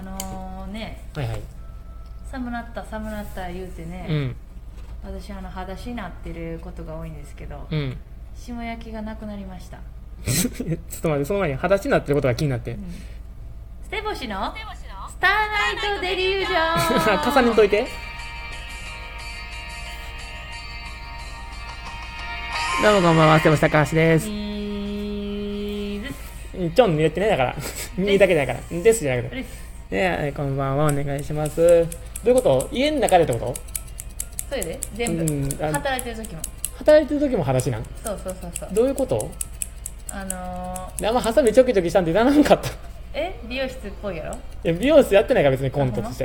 はいはい、 寒なった言うてね、私裸足になってることが多いんですけど、霜焼きがなくなりました。 ちょっと待って、その前に裸足になってることが気になって、 ステボシのスターナイトデリュージョン重ねといて。どうもこんばんは、ステボシ高橋です。ちょん入れてね、だから2だけだからですじゃなくてね、こんばんは、お願いします。どういうこと？家の中でってこと？ それで全部、働いてる時も裸足なん？ そうどういうこと？あんまハサミちょきちょきしたんでいらなかった。 美容室っぽいやろ。 いや美容室やってないから別にコントとして。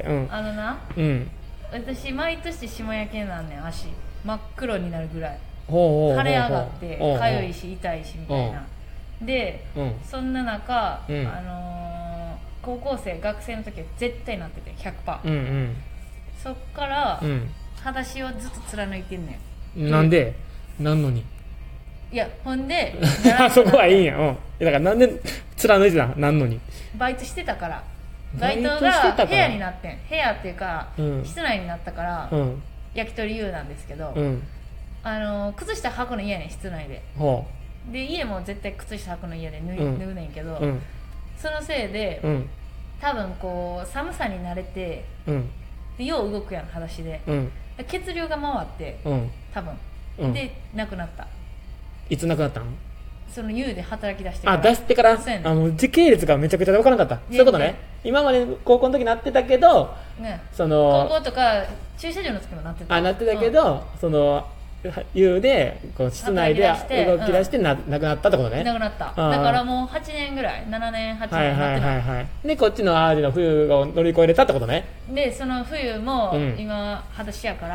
私毎年霜焼けなんねん。足真っ黒になるぐらい腫れ上がってかゆいし痛いしみたいなで、そんな中、高校生学生の時は絶対なってて 100%、そっから、裸足をずっと貫いてんねん。 なんで？なんのに？ いやほんでそこはいいんや。だからなんで貫いてた？なんのに？バイトしてたから。バイトが部屋になってん。部屋っていうか、室内になったから、焼き鳥湯なんですけど、靴下履くの嫌ねん、室内で。で家も絶対靴下履くの嫌で脱ぐねんけど、そのせいで、多分こう寒さに慣れて、でよう動くやん裸足で、血流が回って、多分、でなくなった。 いつなくなったん？ その湯で働き出してから。 出してから。もう時系列がめちゃくちゃ分からなかった。そういうことね。今まで高校の時なってたけど、 高校とか駐車場の時もなってた。 なってたけど、その湯でこう室内で動き出してなくなったってことね。 なくなった。だからもう8年ぐらい、7年8年なってない。 でこっちの淡路の冬を乗り越えれたってことね。 でその冬も今裸足やから、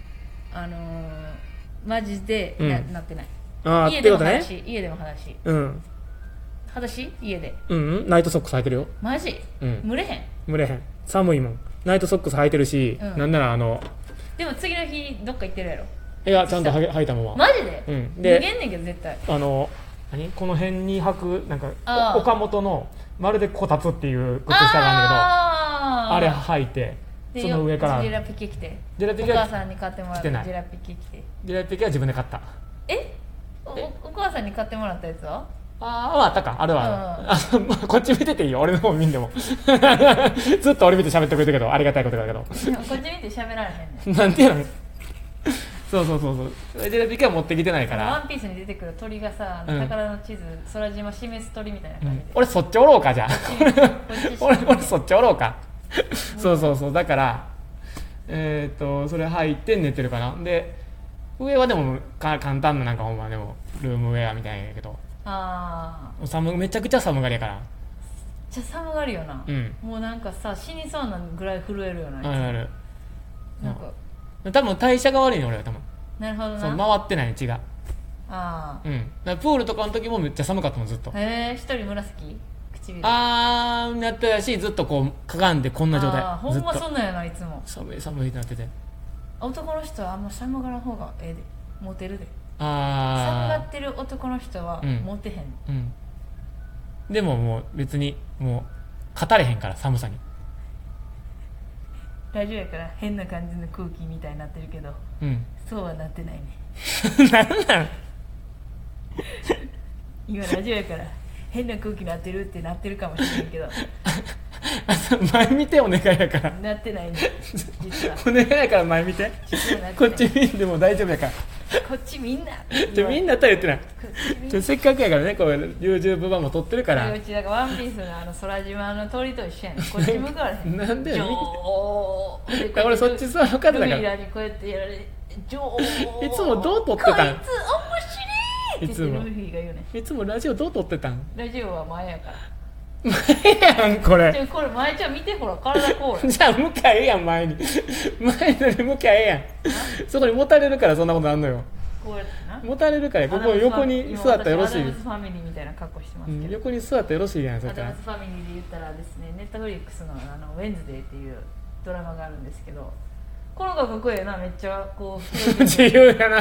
マジでなってない。家でも裸足、家でも裸足。裸足家で。 ナイトソックス履いてるよ。 マジ？蒸れへん。 寒いもん。ナイトソックス履いてるし、なんならでも次の日どっか行ってるやろ。 いやちゃんと履いたまま。 マジで？脱げんねんけど絶対。この辺に履くなんか岡本のまるでこたつっていう靴下があるんだけど、あれ履いて、その上からジェラピケ着て、お母さんに買ってもらってジェラピケ着て。 ジェラピケは自分で買った。 お母さんに買ってもらったやつは？ あったか。あれはこっち見てていいよ。俺の方見んでもずっと俺見て喋ってくれたけど、ありがたいことだけど。こっち見て喋られへんねん。 なんていうの？そうジェラピケは持ってきてないから。 ワンピースに出てくる鳥がさ、宝の地図、空島示す鳥みたいな感じで。 俺そっちおろうか。じゃあ俺そっちおろうかそうだからそれ履いて寝てるかな。で上はでも簡単ななんかほんまでもルームウェアみたいなんやけど、めちゃくちゃ寒がりやから。めっちゃ寒がりよな。もうなんかさ死にそうなぐらい震えるよな。なんか多分代謝が悪いね俺は多分。 なるほどな。 そう回ってない血が。だからプールとかの時もめっちゃ寒かったもんずっと。 一人紫唇。 なってたし、ずっとこうかがんでこんな状態。 ほんまそんなんやな。いつも寒いってなってて。 男の人はあんま寒がらん方がええで、モテるで。寒がってる男の人はモテへん。 でももう別にもう語れへんから寒さに。 ラジオやから変な感じの空気みたいになってるけど、そうはなってないね。 なんなん今ラジオやから変な空気になってるってなってるかもしれないけど前見てお願いやから。 なってないね実は。 お願いやから前見て。こっち見んでも大丈夫やから。 こっちみんなみんなとは言ってない。せっかくやからね、こう YouTube 版も撮ってるから。 うちだからワンピースの空島の鳥と一緒やねん。こっち向かわれへん。 なんでよ。俺そっち座るかってだから。 ルミラにこうやってやられて、 いつもどう撮ってたん？ こいつ面白いって言ってルフィが言うねん。 いつもラジオどう撮ってたん？ ラジオは前やから。 前やんこれ。 これ前じゃ見てほら体こう。 じゃあ向かええやん前に。前のに向かええやん。そこに持たれるからそんなことあんのよ。 こうやってな。 持たれるからここ横に座ったらよろしい。 アダムスファミリーみたいな格好してますけど。 横に座ったらよろしいやんそっアダムスファミリーで言ったらですね、ネットフリックスのウェンズデーっていうドラマがあるんですけど、この子かっこいいなめっちゃこう自由やな。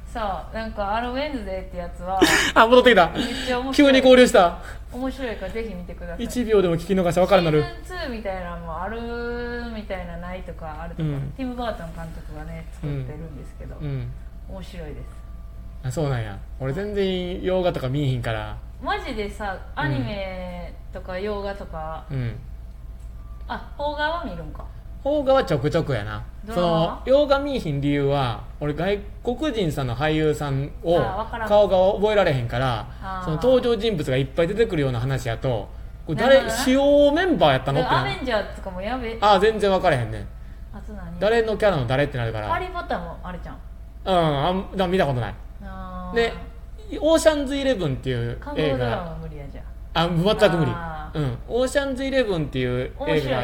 さなんかウェンズデーってやつはあ、戻ってきた。 めっちゃ面白い。 急に合流した。 面白いからぜひ見てください。 1秒でも聞き逃したら分からんなる。 シーズン2みたいなのもあるみたいなないとかあるとか、ティム・バートン監督がね作ってるんですけど、面白いです。 あ、そうなんや。俺全然洋画とか見えひんから。 マジでさアニメとか洋画とか、あ、邦画は見るんか。 邦画はちょくちょくやな。その洋画見えひん理由は俺外国人さんの俳優さんを顔が覚えられへんから、その登場人物がいっぱい出てくるような話やと、これ誰主要メンバーやったのってアベンジャーズとかもやべえ。 あ、全然分からへんねん。 あと何？ 誰のキャラの誰ってなるから。 ハリー・ポッターもあれじゃん。 見たことない。でオーシャンズイレブンっていう映画、 無理やじゃ全く無理。オーシャンズイレブンっていう映画があって、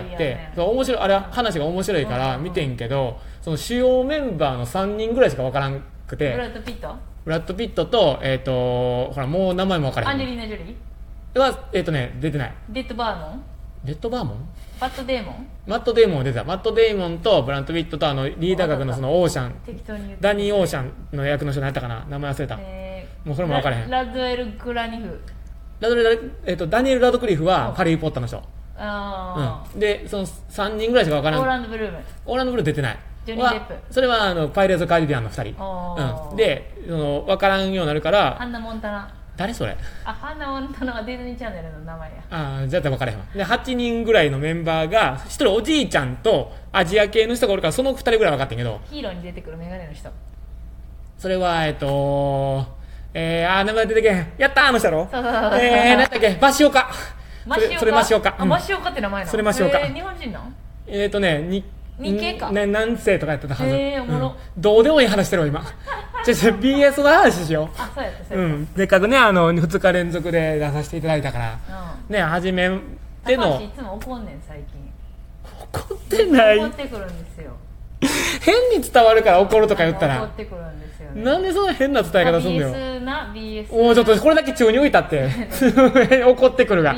面白い、あれ話が面白いから見てんけど、その主要メンバーの3人ぐらいしか分からんくて。 ブラッド・ピットとほらもう名前も分からへん。 アンジェリーナ・ジョリーは出てない。 デッドバーモンマット・デーモン出た。マット・デーモンとブラッド・ピットとリーダー格のそのオーシャン、ダニー・オーシャンの役の人何やったかな、名前忘れた。もうそれも分からへん。 ラドエル・グラニフ、 ダニエル・ラドクリフはハリー・ポッターの人。でその3人ぐらいしか分からん。 オーランド・ブルー出てない。 ジョニー・デップ。 それはパイレーツ・カリビアンの2人。で分からんようになるから。 ハンナ・モンタナ。 誰それ？ ハンナ・モンタナはディズニーチャンネルの名前や。 じゃあ分からへんわ。で8人ぐらいのメンバーが1人おじいちゃんとアジア系の人がおるから、その2人ぐらい分かってんけど。 ヒーローに出てくるメガネの人。 それは名前出てけへん。やったー、あの人やろ。何だっけ、マシオカ。それマシオカ。 マシオカって名前なの？ それマシオカ。 日本人なん？ 日系か。何世とかやってたはず。 おもろ。 どうでもいい話してるわ今。BS の話しよう。 そうやった。 せっかくね2日連続で出させていただいたからね、初めての。 高橋いつも怒んねん最近。 怒ってない。 怒ってくるんですよ。 変に伝わるから怒るとか言ったら。 怒ってくるんですよね。 なんでそんな変な伝え方すんのよ。 BS おちょっとこれだけ中に置いたって怒ってくるが。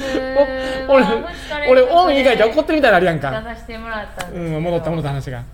俺オン以外で怒ってるみたいなあるやんか。 出させてもらったんですけど。 戻った話が。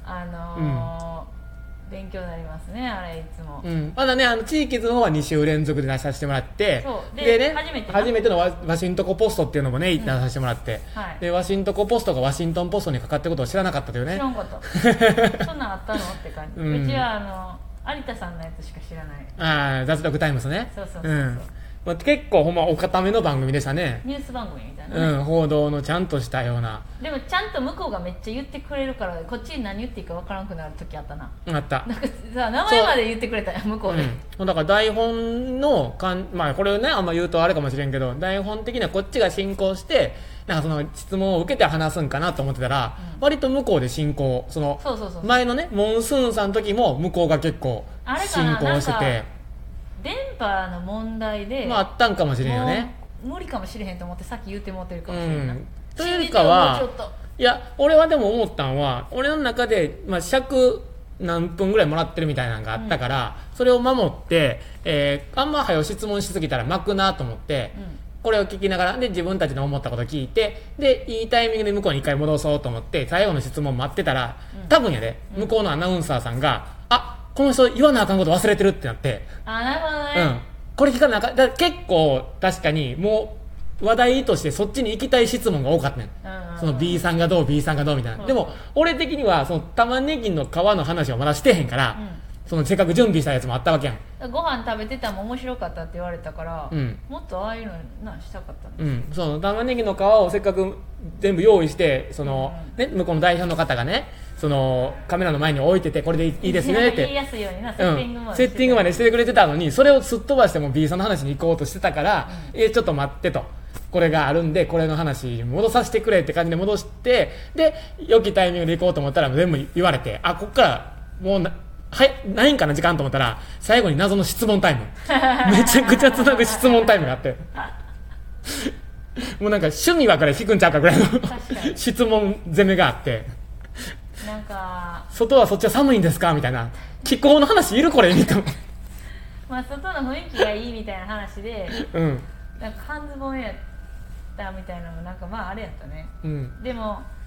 勉強になりますね、あれいつも。 まだね地域図の方は2週連続で出させてもらって、 でね初めてのワシントコポストっていうのもね出させてもらって、でワシントコポストがワシントンポストにかかってることを知らなかったというね。 知らんかったそんなんあったのって感じ。うちは有田さんのやつしか知らない。 雑読タイムスね。 そう結構ほんまお固めの番組でしたね。 ニュース番組みたいなね。 報道のちゃんとしたような。 でもちゃんと向こうがめっちゃ言ってくれるからこっちに何言っていいか分からなくなる時あったな。 あった。 なんかさ名前まで言ってくれたよ向こうで。 だから台本のこれをねあんま言うとあれかもしれんけど、台本的にはこっちが進行してなんかその質問を受けて話すんかなと思ってたら、割と向こうで進行前のねモンスーンさんの時も向こうが結構進行してて。 電波の問題であったんかもしれんよね。 無理かもしれへんと思ってさっき言ってもってるかもしれんな。 というかはいや俺はでも思ったんは俺の中で、尺何分ぐらいもらってるみたいなのがあったから、それを守って、あんま早質問しすぎたら巻くなと思って、これを聞きながらで自分たちの思ったこと聞いて、でいいタイミングで向こうに一回戻そうと思って最後の質問待ってたら、多分やで向こうのアナウンサーさんがこの人言わなあかんこと忘れてるってなって。 なるほどね。 これ聞かなあかん。結構確かにもう話題としてそっちに行きたい質問が多かったね。その B さんがどう B さんがどうみたいな。でも俺的にはその玉ねぎの皮の話をまだしてへんから、そのせっかく準備したやつもあったわけやん。 ご飯食べてたも面白かったって言われたから、もっとああいうのしたかったんです。 その玉ねぎの皮をせっかく全部用意して向こうの代表の方がねそのカメラの前に置いててこれでいいですねって言いやすいようになセッティングまでしてくれてたのに、それをすっ飛ばしても B さんの話に行こうとしてたから、ちょっと待ってと、これがあるんでこれの話に戻させてくれって感じで戻して、で良きタイミングで行こうと思ったら全部言われて、こっからもうないんかな時間と思ったら最後に謎の質問タイムめちゃくちゃつなぐ質問タイムがあってもうなんか趣味はから引くんちゃうかぐらいの質問攻めがあって、 なんか外はそっちは寒いんですかみたいな、気候の話いるこれみたいな外の雰囲気がいいみたいな話で、なんか半ズボンやったみたいなのもなんかあれやったね。でも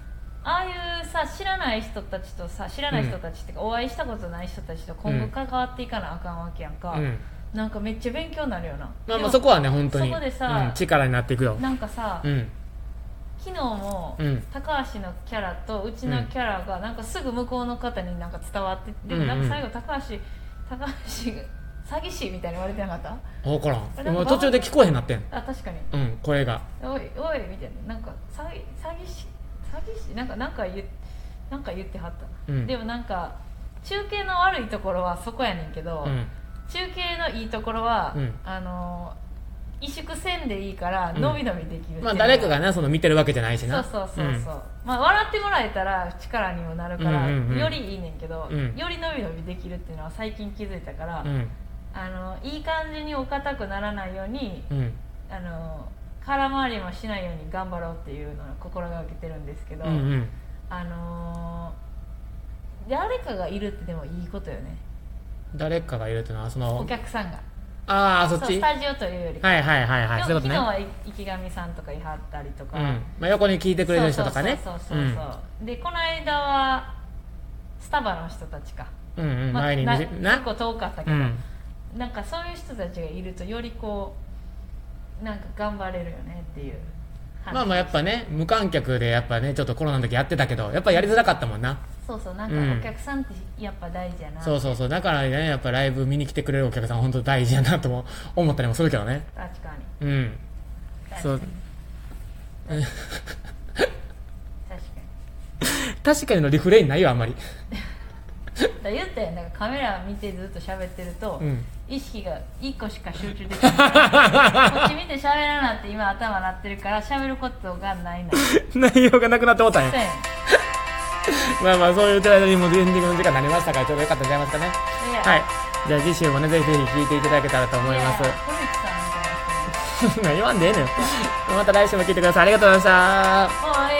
ああいうさ知らない人たちとさ知らない人たちってか、お会いしたことない人たちと今後関わっていかなあかんわけやんか、なんかめっちゃ勉強になるよな。 まあそこはね本当にそこでさ、 力になっていくよ。 なんかさ、昨日も高橋のキャラとうちのキャラがなんかすぐ向こうの方になんか伝わって、でもなんか最後高橋が詐欺師みたいに言われてなかった？ 分からん。もう途中で聞こえへんなってん。 あ、確かに。 声が。 おいみたいな、なんか詐欺師なんか言ってはった。でもなんか中継の悪いところはそこやねんけど、中継のいいところは、萎縮せんでいいから伸び伸びできる、 まあ誰かがねその見てるわけじゃないしな。 そう、まあ笑ってもらえたら力にもなるから、よりいいねんけど、より伸び伸びできるっていうのは最近気づいたから、いい感じにお堅くならないように、空回りもしないように頑張ろうっていうのを心がけてるんですけど、誰かがいるってでもいいことよね。 誰かがいるっていうのはそのお客さんが。 そっちスタジオというよりか、 そういうことね。昨日は池上さんとかいはったりとか、 まあ、横に聞いてくれる人とかね。 でこの間はスタバの人たちか、 前に結構遠かったけど、なんかそういう人たちがいるとよりこうなんか頑張れるよねっていう。 まあやっぱね無観客でやっぱねちょっとコロナの時やってたけどやっぱやりづらかったもんな。 なんかお客さんってやっぱ大事やな。 そうだからねやっぱライブ見に来てくれるお客さん本当大事やなとも思ったりもするけどね。 確かに。 確かにのリフレインないよあんまり。 言ったよ、なんかカメラ見てずっと喋ってると、意識が1個しか集中できないこっち見て喋らなって今頭なってるから喋ることがないの。 内容がなくなってもうたんや。まあそういう間にもうエンディングの時間になりましたからちょうどよかったんじゃないますかね。はい、じゃあ次週もねぜひ聞いていただけたらと思います。言わんでええのよ。また来週も聞いてください。ありがとうございました。